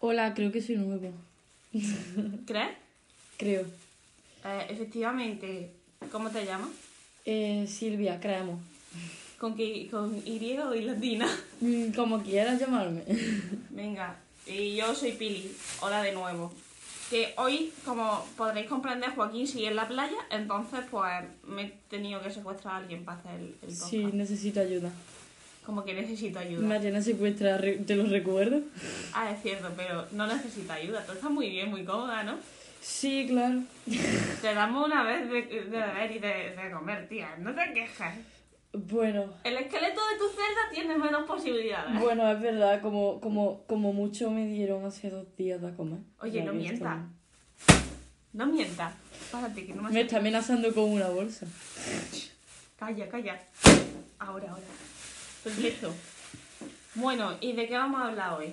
Hola, creo que soy nuevo. ¿Crees? Creo. Efectivamente, ¿cómo te llamas? Silvia, creemos. ¿Con Y o Y latina? Como quieras llamarme. Venga, y yo soy Pili. Hola de nuevo. Que hoy, como podréis comprender, Joaquín sigue en la playa, entonces pues me he tenido que secuestrar a alguien para hacer el podcast. Sí, necesito ayuda. Como que necesito ayuda. Mariana secuestra, te lo recuerdo. Ah, es cierto, pero no necesito ayuda. Tú estás muy bien, muy cómoda, ¿no? Sí, claro. Te damos una vez de beber y de comer, tía. No te quejes. Bueno, El esqueleto de tu celda tiene menos posibilidades. bueno, es verdad, como mucho me dieron hace 2 días de comer. Oye, no mientas. No mientas. Párate, que no Me está amenazando con una bolsa. Calla, calla. Ahora. Perfecto. Bueno, ¿y de qué vamos a hablar hoy?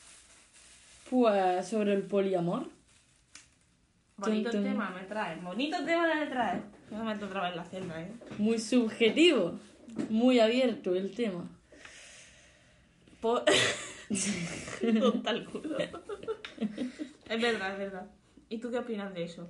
Pues sobre el poliamor. Bonito Tum, tum. tema me traes. Bonito tema me traes. No me meto otra vez en la celda, ¿eh? Muy subjetivo. Muy abierto el tema. Total culo. Es verdad. ¿Y tú qué opinas de eso?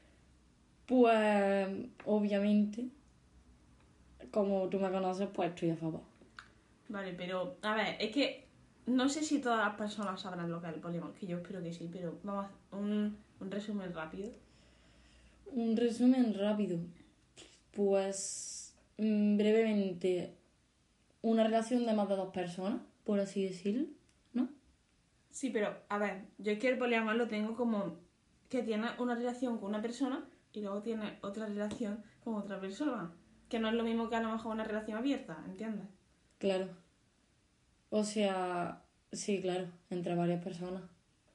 Pues, obviamente, como tú me conoces, pues estoy a favor. Vale, pero, a ver, es que no sé si todas las personas sabrán lo que es el poliamor, que yo espero que sí, pero vamos a hacer un resumen rápido. Un resumen rápido. Pues, brevemente, una relación de más de 2 personas, por así decirlo, ¿no? Sí, pero, a ver, yo es que el poliamor lo tengo como que tiene una relación con una persona y luego tiene otra relación con otra persona. Que no es lo mismo que a lo mejor una relación abierta, ¿entiendes? Claro. O sea, sí, claro, entre varias personas.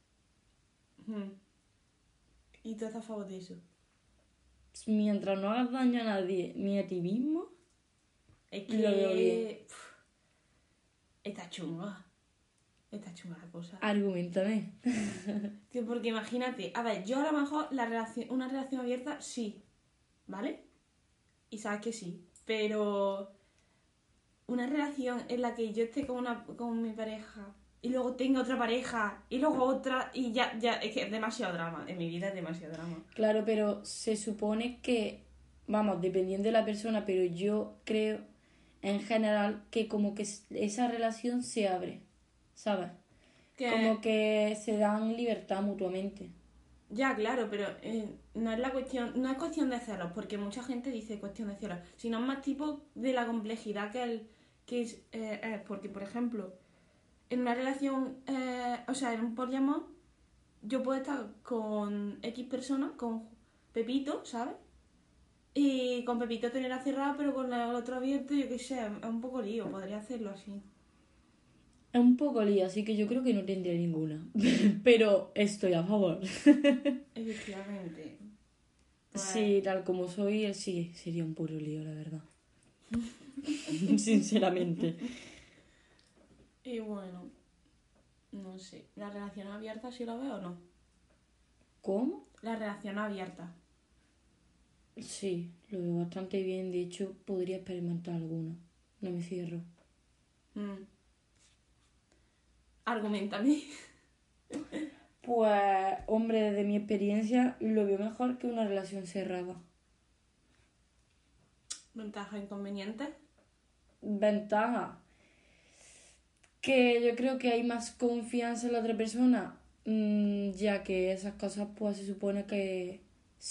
¿Y tú estás a favor de eso? Mientras no hagas daño a nadie, ni a ti mismo, Es lo veo bien. que... Está chunga la cosa. Argumentame. Que porque imagínate, a ver, yo a lo mejor una relación abierta sí, ¿vale? Y sabes que sí, pero una relación en la que yo esté con mi pareja y luego tenga otra pareja y luego otra y ya, es que es demasiado drama, en mi vida es demasiado drama. Claro, pero se supone que, vamos, dependiendo de la persona, pero yo creo en general que como que esa relación se abre, ¿sabes? Como que se dan libertad mutuamente. Ya, claro, pero no es cuestión de celos, porque mucha gente dice cuestión de celos, sino más tipo de la complejidad que es, porque, por ejemplo, en una relación, o sea, en un poliamor, yo puedo estar con X persona, con Pepito, ¿sabes? Y con Pepito tenerla cerrada, pero con el otro abierto, yo qué sé, es un poco lío, podría hacerlo así. Es un poco lío, así que yo creo que no tendría ninguna. Pero estoy a favor. Efectivamente. Pues... Sí, tal como soy, sí, sería un puro lío, la verdad. Sinceramente. Y bueno, no sé, ¿la relación abierta sí lo veo o no? ¿Cómo? La relación abierta. Sí, lo veo bastante bien. De hecho, podría experimentar alguna. No me cierro. Argumentame. Pues, hombre, desde mi experiencia, lo veo mejor que una relación cerrada. ¿Ventajas e inconvenientes? Ventaja. Que yo creo que hay más confianza en la otra persona, ya que esas cosas, pues, se supone que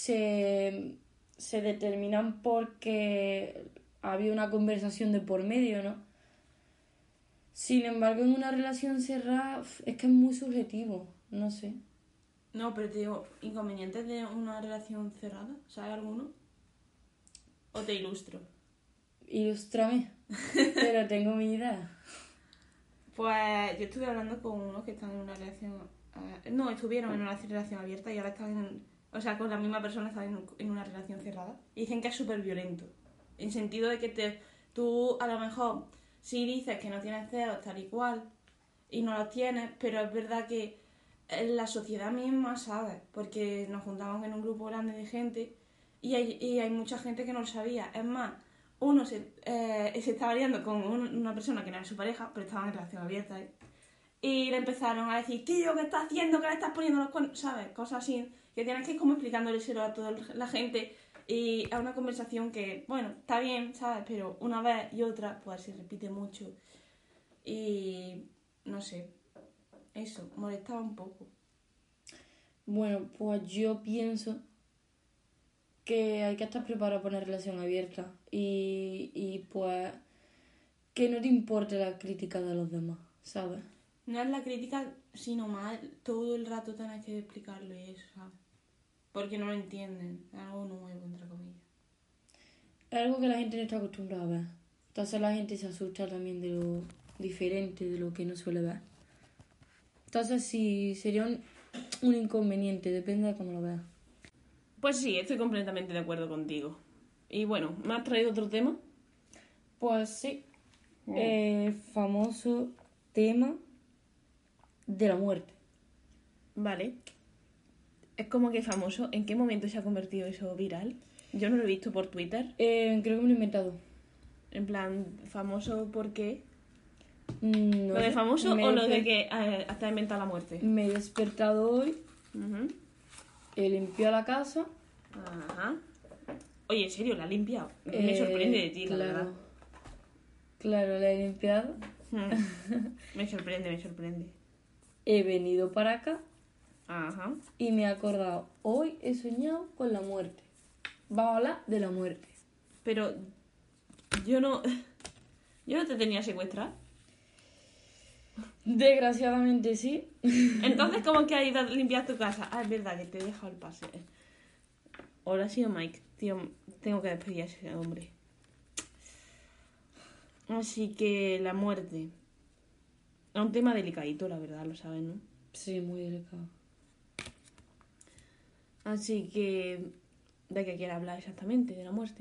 se determinan porque había una conversación de por medio, ¿no? Sin embargo, en una relación cerrada es que es muy subjetivo, no sé. No, pero te digo, ¿inconvenientes de una relación cerrada? ¿Sabes alguno? ¿O te ilustro? Ilústrame, pero tengo mi idea. Pues yo estuve hablando con unos que están en una relación... no, estuvieron en una relación abierta y ahora están en... O sea, con la misma persona están en una relación cerrada. Y dicen que es súper violento. En sentido de que tú a lo mejor sí dices que no tienes celos tal y cual y no los tienes, pero es verdad que la sociedad misma sabe, porque nos juntamos en un grupo grande de gente y hay mucha gente que no lo sabía. Es más, uno se estaba liando con una persona que no era su pareja, pero estaba en relación abierta, ¿eh? Y le empezaron a decir, tío, ¿qué estás haciendo? ¿Qué le estás poniendo los cuernos? ¿Sabes? Cosas así, que tienes que ir como explicándoleselo a toda la gente. Y es una conversación que, bueno, está bien, ¿sabes? Pero una vez y otra, pues se repite mucho. Y no sé, eso, molestaba un poco. Bueno, pues yo pienso que hay que estar preparado para una relación abierta y pues que no te importe la crítica de los demás, ¿sabes? No es la crítica, sino más todo el rato tenés que explicarle eso, ¿sabes? Porque no lo entienden, es algo nuevo, entre comillas. Es algo que la gente no está acostumbrada a ver. Entonces la gente se asusta también de lo diferente, de lo que no suele ver. Entonces sí, sería un inconveniente, depende de cómo lo veas. Pues sí, estoy completamente de acuerdo contigo. Y bueno, ¿me has traído otro tema? Pues sí, famoso tema de la muerte. Vale. Es como que famoso. ¿En qué momento se ha convertido eso viral? Yo no lo he visto por Twitter. Creo que me lo he inventado. En plan, famoso ¿por qué? No ¿Lo de sé, famoso o lo de que te ha inventado la muerte? me he despertado hoy, Uh-huh. he limpiado la casa. Ajá. Oye, en serio, la has limpiado. Me sorprende de ti, claro, la verdad. Claro, la he limpiado. Me sorprende, me sorprende. He venido para acá Ajá. y me he acordado. Hoy he soñado con la muerte. Vamos a hablar de la muerte. Pero yo no... Yo no te tenía secuestrado. Desgraciadamente sí. Entonces, ¿cómo que has ido a limpiar tu casa? Ah, es verdad que te he dejado el pase. Hola, ha sido Mike. Tío, tengo que despedir a ese hombre. Así que la muerte. Es un tema delicadito, la verdad, lo sabes, ¿no? Sí, muy delicado. Así que... ¿De qué quieres hablar exactamente? ¿De la muerte?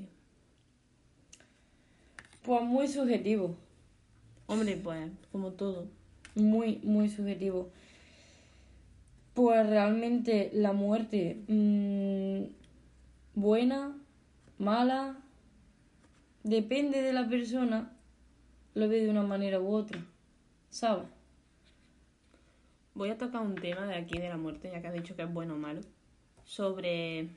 Pues muy subjetivo. Hombre, pues, como todo. Muy, muy subjetivo. Pues realmente la muerte, buena, mala, depende de la persona, lo ve de una manera u otra, ¿sabes? Voy a tocar un tema de aquí de la muerte, ya que has dicho que es bueno o malo. Sobre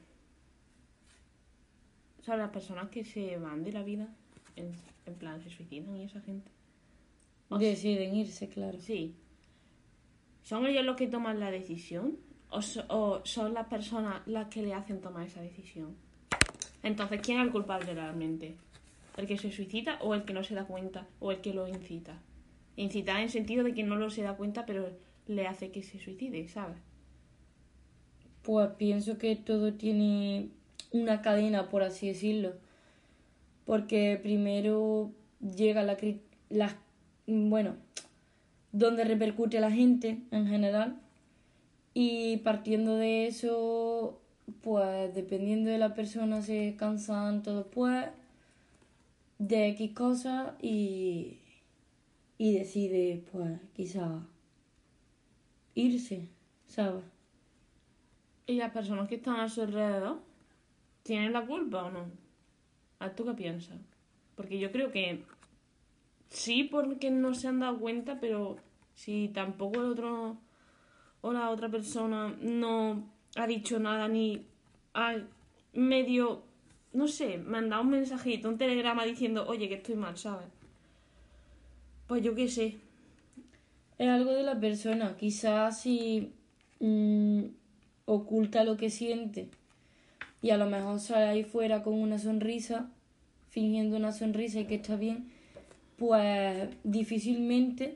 las personas que se van de la vida, en plan, se suicidan y esa gente. Deciden irse, claro. Sí. ¿Son ellos los que toman la decisión? ¿O son las personas las que le hacen tomar esa decisión? Entonces, ¿quién es el culpable realmente? ¿El que se suicida o el que no se da cuenta o el que lo incita? Incitar en sentido de que no lo se da cuenta pero le hace que se suicide, ¿sabes? Pues pienso que todo tiene una cadena, por así decirlo. Porque primero llega bueno, donde repercute la gente en general. Y partiendo de eso, pues dependiendo de la persona se cansan todo después de X cosas y decide, pues, quizá irse, ¿sabes? ¿Y las personas que están a su alrededor tienen la culpa o no? ¿A tú qué piensas? Porque yo creo que sí, porque no se han dado cuenta, pero si tampoco el otro o la otra persona no ha dicho nada ni ha medio, no sé, me han dado un mensajito, un telegrama diciendo, oye, que estoy mal, ¿sabes? Pues yo qué sé. Es algo de la persona, quizás si oculta lo que siente y a lo mejor sale ahí fuera con una sonrisa, fingiendo una sonrisa y que está bien, pues difícilmente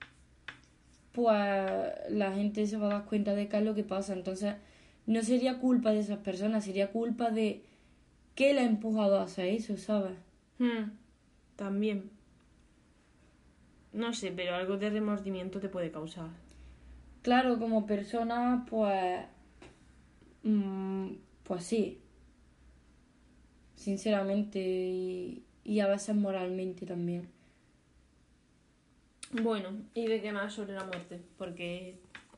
pues la gente se va a dar cuenta de qué es lo que pasa. Entonces no sería culpa de esas personas, sería culpa de qué le ha empujado a hacer eso, ¿sabes? También. No sé, pero algo de remordimiento te puede causar. Claro, como persona, pues pues sí, sinceramente y a veces moralmente también. Bueno, ¿y de qué más sobre la muerte? Porque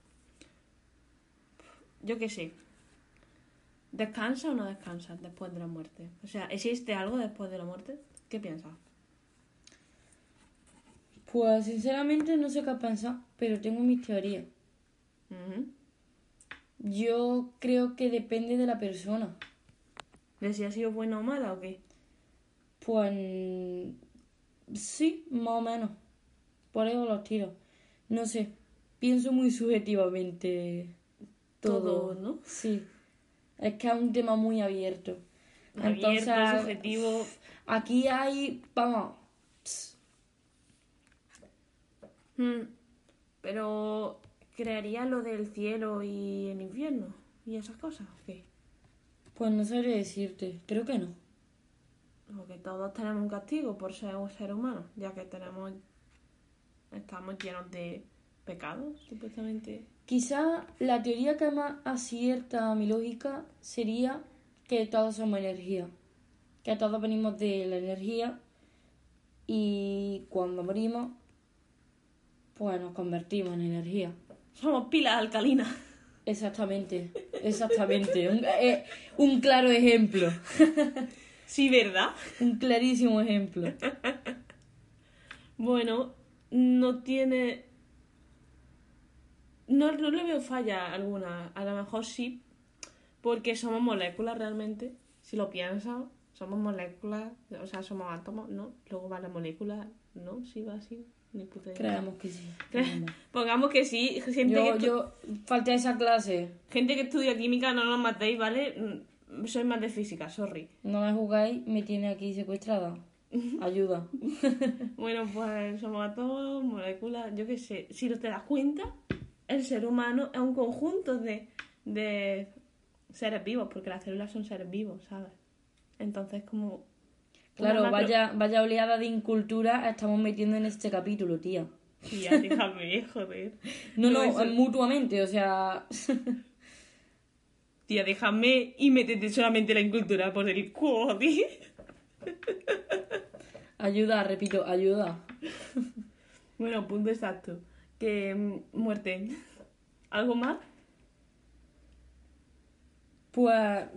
yo qué sé. ¿Descansa o no descansa después de la muerte? O sea, ¿existe algo después de la muerte? ¿Qué piensas? Pues sinceramente no sé qué pensar, pero tengo mis teorías. Ujú. Yo creo que depende de la persona. ¿De si ha sido buena o mala o qué? Pues sí, más o menos. Por eso los tiros. No sé, pienso muy subjetivamente Todo, todo. ¿no? Sí, es que es un tema muy abierto. Abierto, Entonces, subjetivo. aquí hay, vamos, Mm, Pero, ¿crearía lo del cielo y el infierno? ¿Y esas cosas? ¿O qué? pues no sabría decirte, creo que no. O que todos tenemos un castigo por ser un ser humano, ya que estamos llenos de pecados, supuestamente. Quizá la teoría que más acierta a mi lógica sería que todos somos energía, que todos venimos de la energía y cuando morimos, pues nos convertimos en energía. Somos pilas alcalinas. Exactamente, exactamente. Un claro ejemplo, Sí, ¿verdad? un clarísimo ejemplo. Bueno, no tiene... No le veo falla alguna. A lo mejor sí, porque somos moléculas realmente. Si lo piensas, somos moléculas, o sea, somos átomos, ¿no? Luego va la molécula, ¿no? Sí va así, ni puta idea. Creemos que sí. Pongamos que sí, gente Yo falté a esa clase. gente que estudia química, no nos matéis, ¿vale? Soy más de física, sorry. No me jugáis, me tiene aquí secuestrada. Ayuda. Bueno, pues somos átomos, moléculas, yo qué sé. Si no te das cuenta, el ser humano es un conjunto de seres vivos, porque las células son seres vivos, ¿sabes? Entonces, como... Claro, una macro- vaya oleada de incultura estamos metiendo en este capítulo, tía. Tía, déjame, joder. No, eso. mutuamente, o sea... Tía, déjame y métete solamente la incultura por el culo, tío. Ayuda, repito, ayuda. Bueno, punto exacto. Que muerte. ¿Algo más? Pues...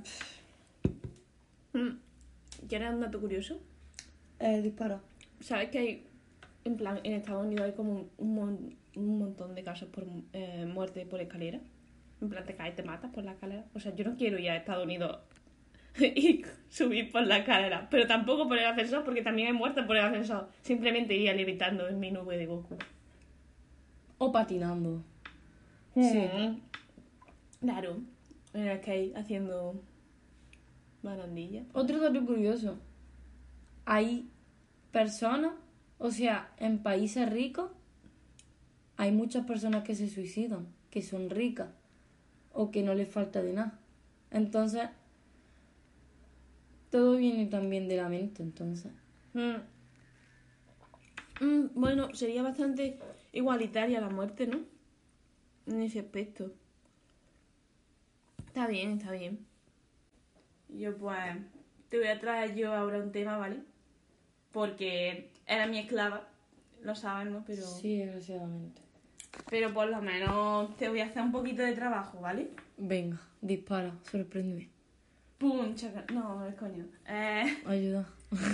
¿Quieres un dato curioso? Dispara. ¿Sabes que hay, en plan, en Estados Unidos hay como un montón de casos por muerte por escalera? En plan, te caes, te matas por la escalera. O sea, yo no quiero ir a Estados Unidos y subir por la escalera, pero tampoco por el ascensor, porque también hay muertes por el ascensor. Simplemente iría levitando en mi nube de Goku. O patinando. Sí. Sí. Claro. En el skate haciendo barandilla. Otro dato curioso. Hay personas, o sea, en países ricos, hay muchas personas que se suicidan, que son ricas o que no les falta de nada. Entonces, todo viene también de la mente, entonces. Bueno, sería bastante igualitaria la muerte, ¿no? En ese aspecto. Está bien, está bien. Yo pues te voy a traer yo ahora un tema, ¿vale? Porque era mi esclava, lo sabes, ¿no? Sí, desgraciadamente. Pero por lo menos te voy a hacer un poquito de trabajo, ¿vale? Venga, dispara, sorpréndeme. ¡Pum! No, es coño. Ayuda.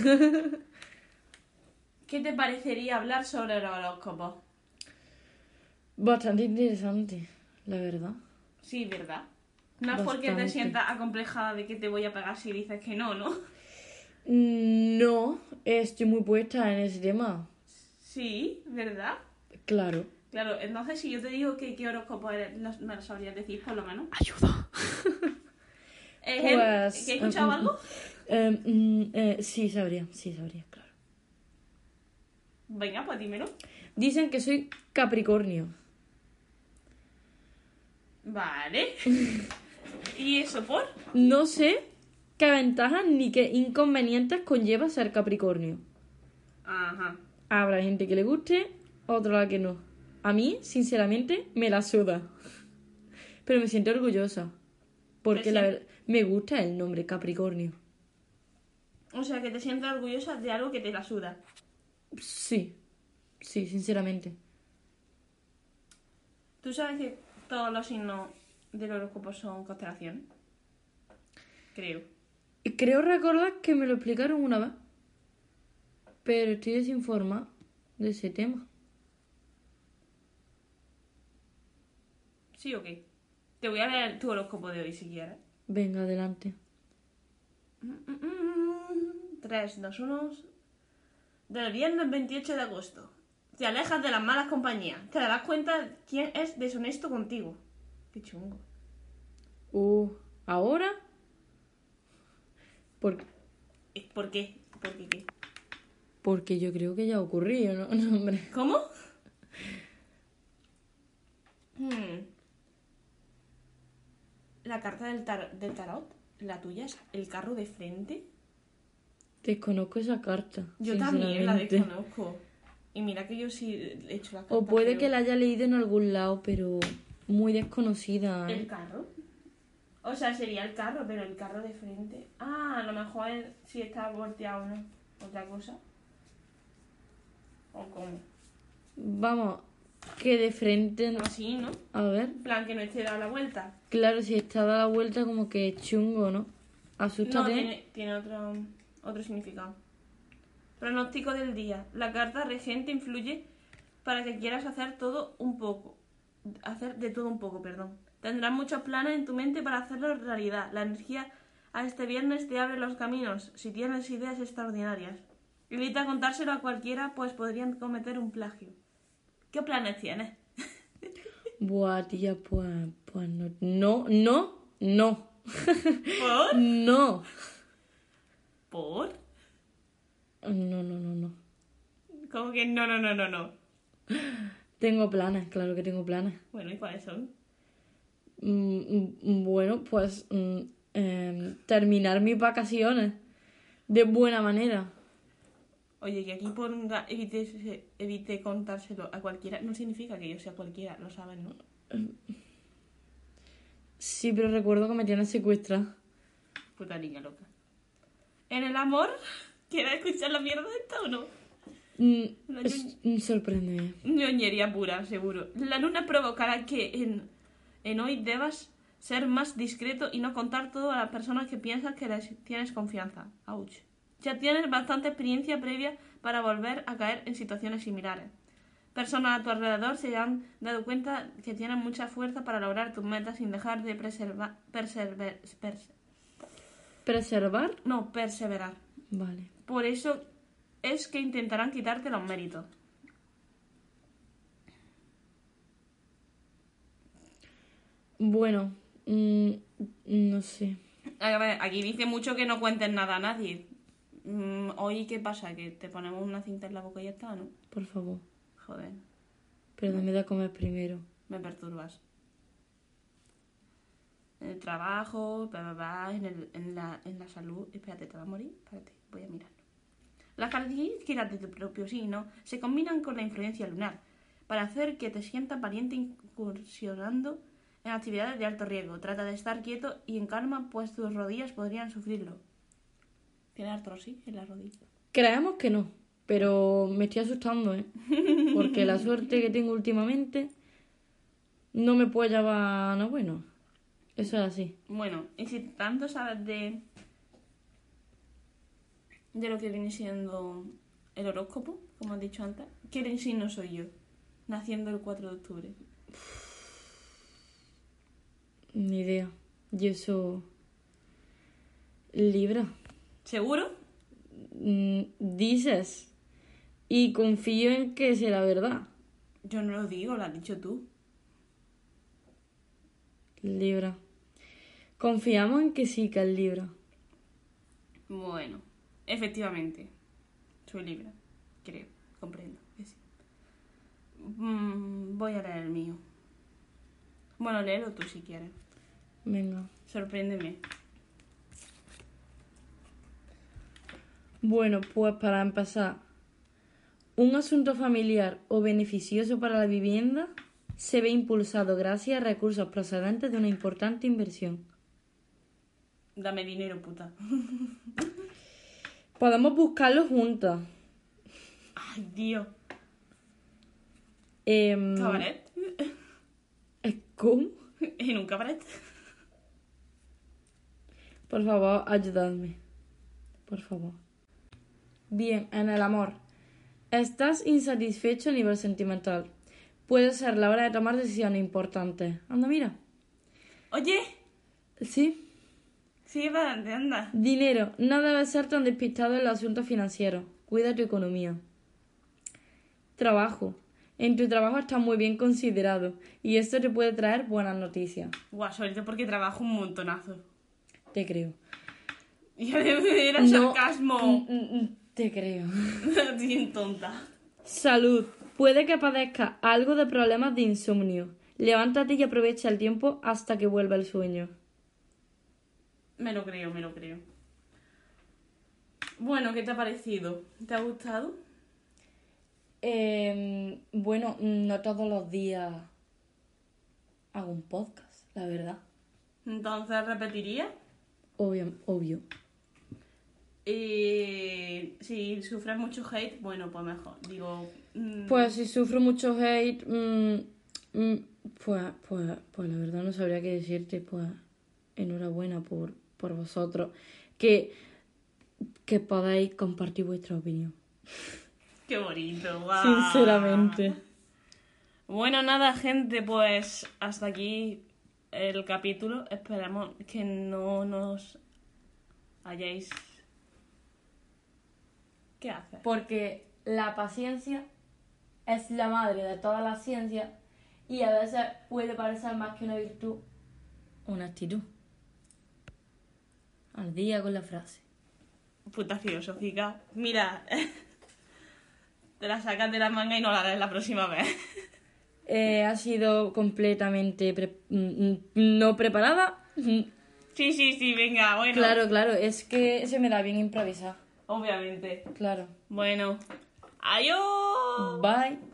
¿Qué te parecería hablar sobre los horóscopos? Bastante interesante, la verdad. Sí, ¿verdad? No es porque te Bastante. sientas acomplejada de que te voy a pegar si dices que no, ¿no? No, estoy muy puesta en ese tema. Sí, ¿verdad? Claro. Claro, entonces si yo te digo que qué horóscopo eres, me lo sabrías decir por lo menos. Ayuda. Pues... ¿Que he escuchado algo? Sí, sabría, claro. Venga, pues dímelo. Dicen que soy Capricornio. Vale. ¿Y eso por? No sé qué ventajas ni qué inconvenientes conlleva ser Capricornio. Ajá. Habrá gente que le guste, otra a la que no. A mí, sinceramente, me la suda. Pero me siento orgullosa. Porque me gusta el nombre Capricornio. O sea, que te sientes orgullosa de algo que te la suda. Sí, sinceramente. ¿Tú sabes que todos los signos del horóscopo son constelaciones? Creo. Creo recordar que me lo explicaron una vez. Pero estoy desinformada de ese tema. ¿Sí o qué? Te voy a leer tu horóscopo de hoy si quieres. Venga, adelante. 3, 2, 1. Del viernes 28 de agosto. Te alejas de las malas compañías. Te darás cuenta quién es deshonesto contigo. Qué chungo. ¿Ahora? ¿Por ¿Por qué? ¿Por qué qué? Porque yo creo que ya ha ocurrido, ¿no? No, hombre. ¿Cómo? La carta del tarot, la tuya es el carro de frente. Desconozco esa carta. Yo también la desconozco. Y mira que yo sí he hecho la carta. O puede que la haya leído en algún lado, pero muy desconocida. ¿El carro? O sea, sería el carro, pero el carro de frente. Ah, a lo mejor si está volteado, ¿no? Otra cosa. ¿O cómo? Vamos, que de frente... Así, ¿no? A ver. En plan, que no esté dado la vuelta. Claro, si está dada la vuelta como que es chungo, ¿no? Asústate. No, tiene otro significado. Pronóstico del día. La carta regente influye para que quieras hacer de todo un poco, perdón. Tendrás muchos planes en tu mente para hacerlo realidad. La energía a este viernes te abre los caminos si tienes ideas extraordinarias. Evita contárselo a cualquiera, pues podrían cometer un plagio. ¿Qué planes tienes? Buah, tía, pues no. No. ¿Por? No. ¿Por? No. ¿Cómo que no? Tengo planes, claro que tengo planes. Bueno, ¿y cuáles son? Bueno, pues terminar mis vacaciones de buena manera. Oye, que aquí ponga evite contárselo a cualquiera, no significa que yo sea cualquiera, lo sabes, ¿no? Sí, pero recuerdo que me tienen secuestrada. Puta niña loca. ¿En el amor? ¿Quieres escuchar la mierda esta o no? Sorpréndeme. Ñoñería pura, seguro. La luna provocará que en hoy debas ser más discreto y no contar todo a las personas que piensas que les tienes confianza. Ouch. Ya tienes bastante experiencia previa para volver a caer en situaciones similares. Personas a tu alrededor se han dado cuenta que tienes mucha fuerza para lograr tus metas sin dejar de ¿Preservar? No, perseverar. Vale. Por eso es que intentarán quitarte los méritos. Bueno, no sé. A ver, aquí dice mucho que no cuentes nada a nadie. Hoy, ¿qué pasa? Que te ponemos una cinta en la boca y ya está, ¿no? Por favor. Joder. Pero dame de comer primero. Me perturbas. En el trabajo, en la salud. Espérate, ¿te va a morir? Espérate, voy a mirarlo. Las características de tu propio signo se combinan con la influencia lunar para hacer que te sientas valiente incursionando en actividades de alto riesgo. Trata de estar quieto y en calma, pues tus rodillas podrían sufrirlo. ¿Tiene artrosis en la rodilla? Creemos que no, pero me estoy asustando, ¿eh? Porque la suerte que tengo últimamente no me puede llevar a nada bueno. Eso es así. Bueno, y si tanto sabes de lo que viene siendo el horóscopo, como has dicho antes, ¿qué signo soy yo? Naciendo el 4 de octubre. Ni idea. Yo soy Libra. ¿Seguro? Dices. Y confío en que sea la verdad. Yo no lo digo, lo has dicho tú. Libra. Confiamos en que sí, que es Libra. Bueno, efectivamente. Soy Libra. Creo. Comprendo. Que sí. Voy a leer el mío. Bueno, léelo tú si quieres. Venga. Sorpréndeme. Bueno, pues para empezar, un asunto familiar o beneficioso para la vivienda se ve impulsado gracias a recursos procedentes de una importante inversión. Dame dinero, puta. Podemos buscarlo juntas. Ay, Dios. Eh, ¿Cabaret? ¿Cómo? ¿En un cabaret? Por favor, ayudadme. Por favor. Bien, en el amor. Estás insatisfecho a nivel sentimental. puede ser la hora de tomar decisiones importantes. Anda, mira. Oye, Sí. sigue para adelante, anda. Dinero. No debes ser tan despistado en los asuntos financieros. Cuida tu economía. Trabajo. En tu trabajo estás muy bien considerado y esto te puede traer buenas noticias. Guau, suerte porque trabajo un montonazo. Te creo. Ya era sarcasmo. Te creo. Bien tonta. Salud. Puede que padezcas algo de problemas de insomnio. Levántate y aprovecha el tiempo hasta que vuelva el sueño. Me lo creo. Bueno, ¿qué te ha parecido? ¿Te ha gustado? Bueno, no todos los días hago un podcast, la verdad. Entonces, ¿repetiría? Obvio. Y si sufres mucho hate, bueno, pues mejor. Digo... Pues si sufro mucho hate, pues la verdad no sabría qué decirte. Pues enhorabuena por vosotros. Que podáis compartir vuestra opinión. Qué bonito, guau. Sinceramente. Bueno, nada, gente, pues hasta aquí el capítulo. Esperamos que no nos hayáis... ¿Qué haces? Porque la paciencia es la madre de todas las ciencias y a veces puede parecer más que una virtud, una actitud. Al día con la frase. Puta filosófica. Mira, te la sacas de la manga y no la harás la próxima vez. Ha sido completamente no preparada. Sí, venga, bueno. Claro, es que se me da bien improvisar. Obviamente. Claro. Bueno, adiós. Bye.